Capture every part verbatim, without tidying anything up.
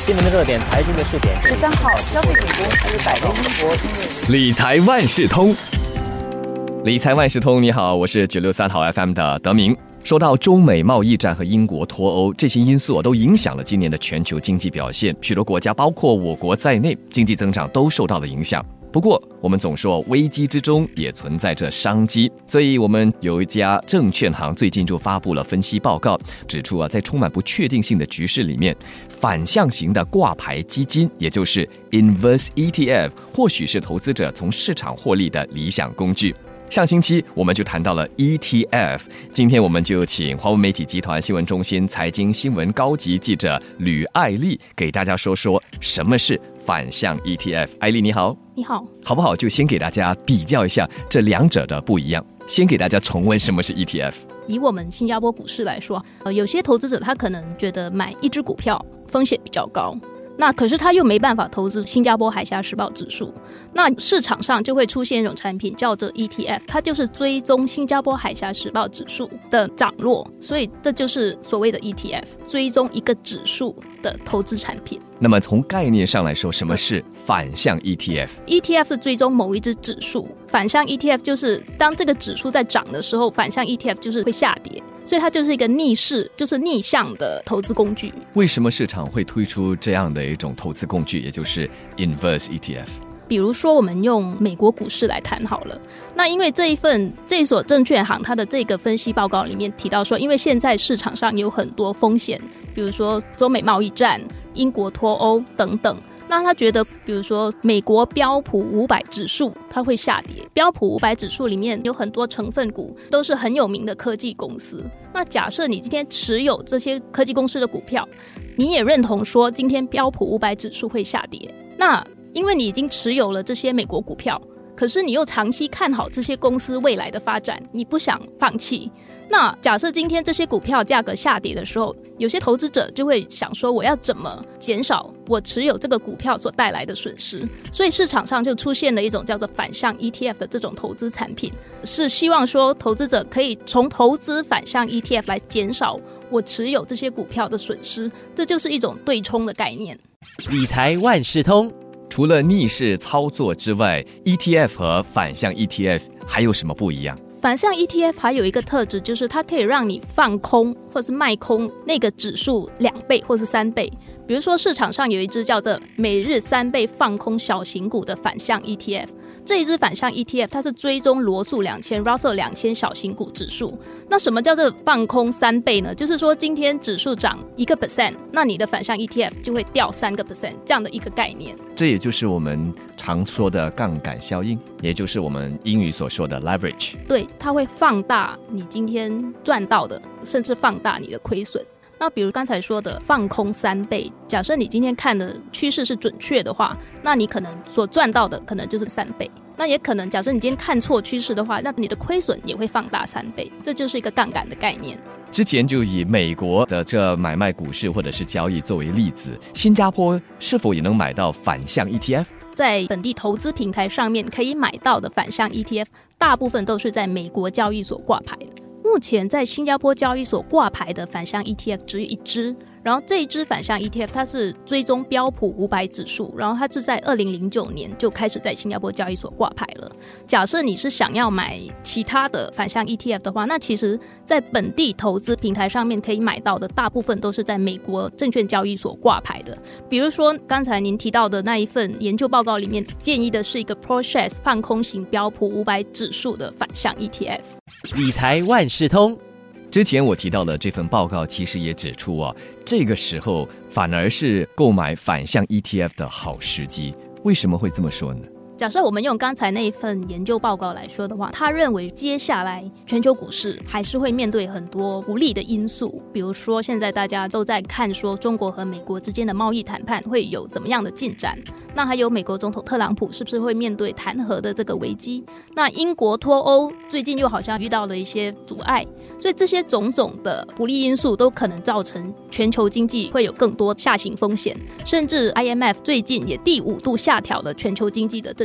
新闻的热点，财经的试点。 十三号，消费品公司百威英博因为理财万事通，理财万事通，你好，我是九六三号 F M 的德明。说到中美贸易战和英国脱欧，这些因素都影响了今年的全球经济表现，许多国家包括我国在内，经济增长都受到了影响。不过我们总说危机之中也存在着商机，所以我们有一家证券行最近就发布了分析报告，指出啊，在充满不确定性的局势里面，反向型的挂牌基金，也就是 Inverse E T F， 或许是投资者从市场获利的理想工具。上星期我们就谈到了 E T F， 今天我们就请华文媒体集团新闻中心财经新闻高级记者吕爱丽给大家说说什么是反向 E T F。 爱丽你好。 你好。 好不好就先给大家比较一下这两者的不一样，先给大家重温什么是 E T F。 以我们新加坡股市来说，呃，有些投资者他可能觉得买一只股票风险比较高，那可是他又没办法投资新加坡海峡时报指数，那市场上就会出现一种产品叫做 E T F， 它就是追踪新加坡海峡时报指数的涨落，所以这就是所谓的 E T F， 追踪一个指数的投资产品。 那么从概念上来说，什么是反向 E T F？ E T F 是追踪某一只指数，反向 E T F 就是当这个指数在涨的时候，反向 E T F 就是会下跌，所以它就是一个逆势，就是逆向的投资工具。 为什么市场会推出这样的一种投资工具，也就是 Inverse E T F？ 比如说我们用美国股市来谈好了，那因为这一份这一所证券行它的这个分析报告里面提到说，因为现在市场上有很多风险，比如说中美贸易战、英国脱欧等等，那他觉得比如说美国标普五百指数它会下跌，标普五百指数里面有很多成分股都是很有名的科技公司，那假设你今天持有这些科技公司的股票，你也认同说今天标普五百指数会下跌，那因为你已经持有了这些美国股票，可是你又长期看好这些公司未来的发展，你不想放弃，那假设今天这些股票价格下跌的时候，有些投资者就会想说，我要怎么减少我持有这个股票所带来的损失，所以市场上就出现了一种叫做反向 E T F 的这种投资产品，是希望说投资者可以从投资反向 E T F 来减少我持有这些股票的损失，这就是一种对冲的概念。 理财万事通。 除了逆势操作之外， E T F 和反向 E T F 还有什么不一样？ 反向 E T F 还有一个特质，就是它可以让你放空或是卖空那个指数两倍或是三倍。比如说市场上有一支叫做每日三倍放空小型股的反向 E T F， 这一支反向 E T F 它是追踪罗素两千 Russell 两千小型股指数。那什么叫做放空三倍呢？就是说今天指数涨一个 percent， 那你的反向 E T F 就会掉三个 percent， 这样的一个概念。 这也就是我们常说的杠杆效应，也就是我们英语所说的 leverage。 对，它会放大你今天赚到的，甚至放大你的亏损。那比如刚才说的放空三倍，假设你今天看的趋势是准确的话，那你可能所赚到的可能就是三倍，那也可能假设你今天看错趋势的话，那你的亏损也会放大三倍，这就是一个杠杆的概念。 之前就以美国的这买卖股市或者是交易作为例子，新加坡是否也能买到反向 E T F？ 在本地投资平台上面可以买到的反向 E T F 大部分都是在美国交易所挂牌的，目前在新加坡交易所挂牌的反向 E T F 只有一支，然后这一支反向 E T F 它是追踪标普五百指数，然后它是在二零零九年就开始在新加坡交易所挂牌了。假设你是想要买其他的反向 E T F 的话，那其实在本地投资平台上面可以买到的大部分都是在美国证券交易所挂牌的。比如说刚才您提到的那一份研究报告里面建议的是一个 ProShares 放空型标普五百指数的反向 E T F。 理财万事通。 之前我提到的这份报告其实也指出啊，这个时候反而是购买反向 E T F 的好时机。为什么会这么说呢？ 假设我们用刚才那一份研究报告来说的话，他认为接下来全球股市还是会面对很多不利的因素，比如说现在大家都在看说中国和美国之间的贸易谈判会有怎么样的进展，那还有美国总统特朗普是不是会面对弹劾的这个危机，那英国脱欧最近又好像遇到了一些阻碍，所以这些种种的不利因素都可能造成全球经济会有更多下行风险，甚至 I M F 最近也第五度下调了全球经济的增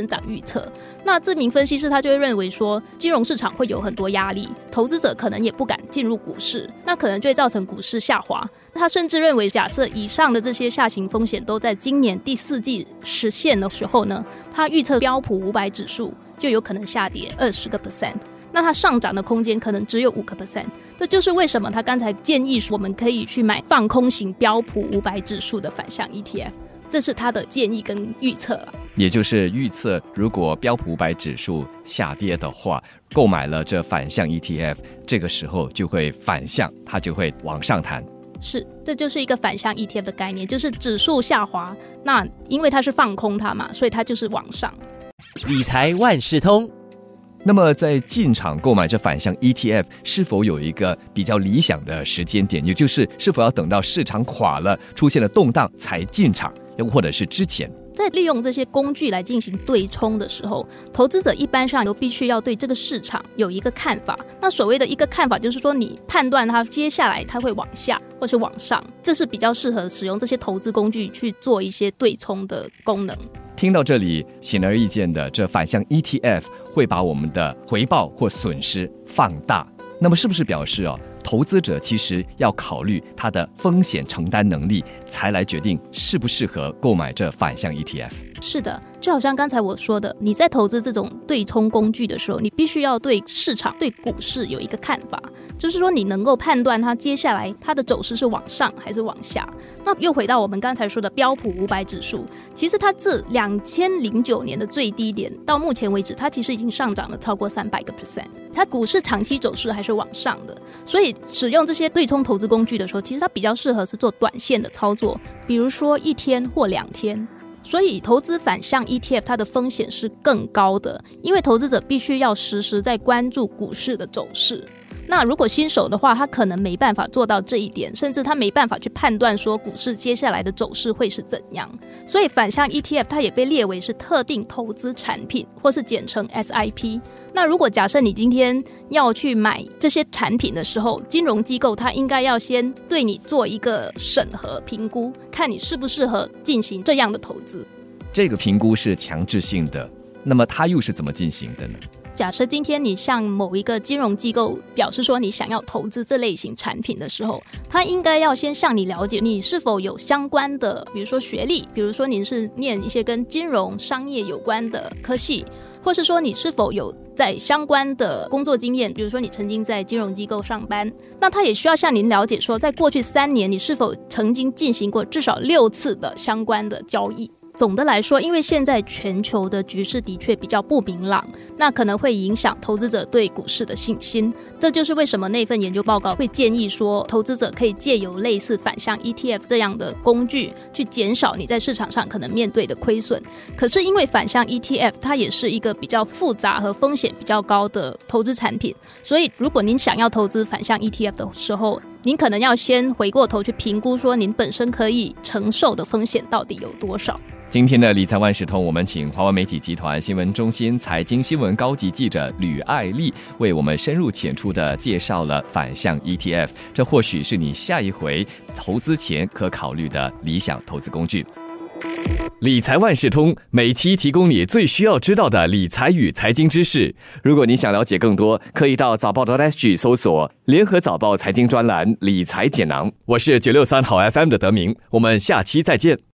长预测。那这名分析师他就会认为说，金融市场会有很多压力，投资者可能也不敢进入股市，那可能就会造成股市下滑。他甚至认为，假设以上的这些下行风险都在今年第四季实现的时候呢，他预测标普五百指数就有可能下跌 百分之二十， 那它上涨的空间可能只有 百分之五。 这就是为什么他刚才建议我们可以去买放空型标普五百指数的反向 E T F， 这是他的建议跟预测啊。 也就是预测如果标普五百指数下跌的话，购买了这反向 E T F， 这个时候就会反向，它就会往上弹。 是，这就是一个反向 E T F 的概念，就是指数下滑，那因为它是放空它嘛，所以它就是往上。 理财万事通。 那么在进场购买这反向 E T F 是否有一个比较理想的时间点，也就是是否要等到市场垮了出现了动荡才进场，又或者是之前？ 在利用这些工具来进行对冲的时候，投资者一般上都必须要对这个市场有一个看法。那所谓的一个看法就是说，你判断它接下来它会往下或是往上，这是比较适合使用这些投资工具去做一些对冲的功能。 听到这里，显而易见的，这反向 E T F 会把我们的回报或损失放大。那么是不是表示哦，投资者其实要考虑他的风险承担能力，才来决定适不适合购买这反向 E T F？ 是的，就好像刚才我说的，你在投资这种对冲工具的时候，你必须要对市场、对股市有一个看法，就是说你能够判断它接下来它的走势是往上还是往下。那又回到我们刚才说的标普五百指数，其实它自两千零九年的最低点到目前为止，它其实已经上涨了超过三百个 percent， 它股市长期走势还是往上的。所以使用这些对冲投资工具的时候，其实它比较适合是做短线的操作，比如说一天或两天。所以投资反向 E T F 它的风险是更高的，因为投资者必须要时时在关注股市的走势。那如果新手的话，他可能没办法做到这一点，甚至他没办法去判断说股市接下来的走势会是怎样。所以反向 E T F 它也被列为是特定投资产品，或是简称 S I P。 那如果假设你今天要去买这些产品的时候，金融机构它应该要先对你做一个审核评估，看你适不适合进行这样的投资。 这个评估是强制性的，那么它又是怎么进行的呢？ 假设今天你向某一个金融机构表示说你想要投资这类型产品的时候，他应该要先向你了解你是否有相关的，比如说学历，比如说你是念一些跟金融商业有关的科系，或是说你是否有在相关的工作经验，比如说你曾经在金融机构上班。那他也需要向您了解说，在过去三年你是否曾经进行过至少六次的相关的交易。总的来说，因为现在全球的局势的确比较不明朗，那可能会影响投资者对股市的信心。这就是为什么那份研究报告会建议说，投资者可以借由类似反向 E T F 这样的工具，去减少你在市场上可能面对的亏损。可是因为反向 E T F 它也是一个比较复杂和风险比较高的投资产品，所以如果您想要投资反向 E T F 的时候，您可能要先回过头去评估说，您本身可以承受的风险到底有多少。 今天的理财万事通，我们请华文媒体集团新闻中心财经新闻高级记者吕爱丽为我们深入浅出的介绍了反向 E T F， 这或许是你下一回投资前可考虑的理想投资工具。理财万事通每期提供你最需要知道的理财与财经知识。如果你想了解更多，可以到早报 .sg 搜索联合早报财经专栏理财简囊。我是九六三好 F M 的德明，我们下期再见。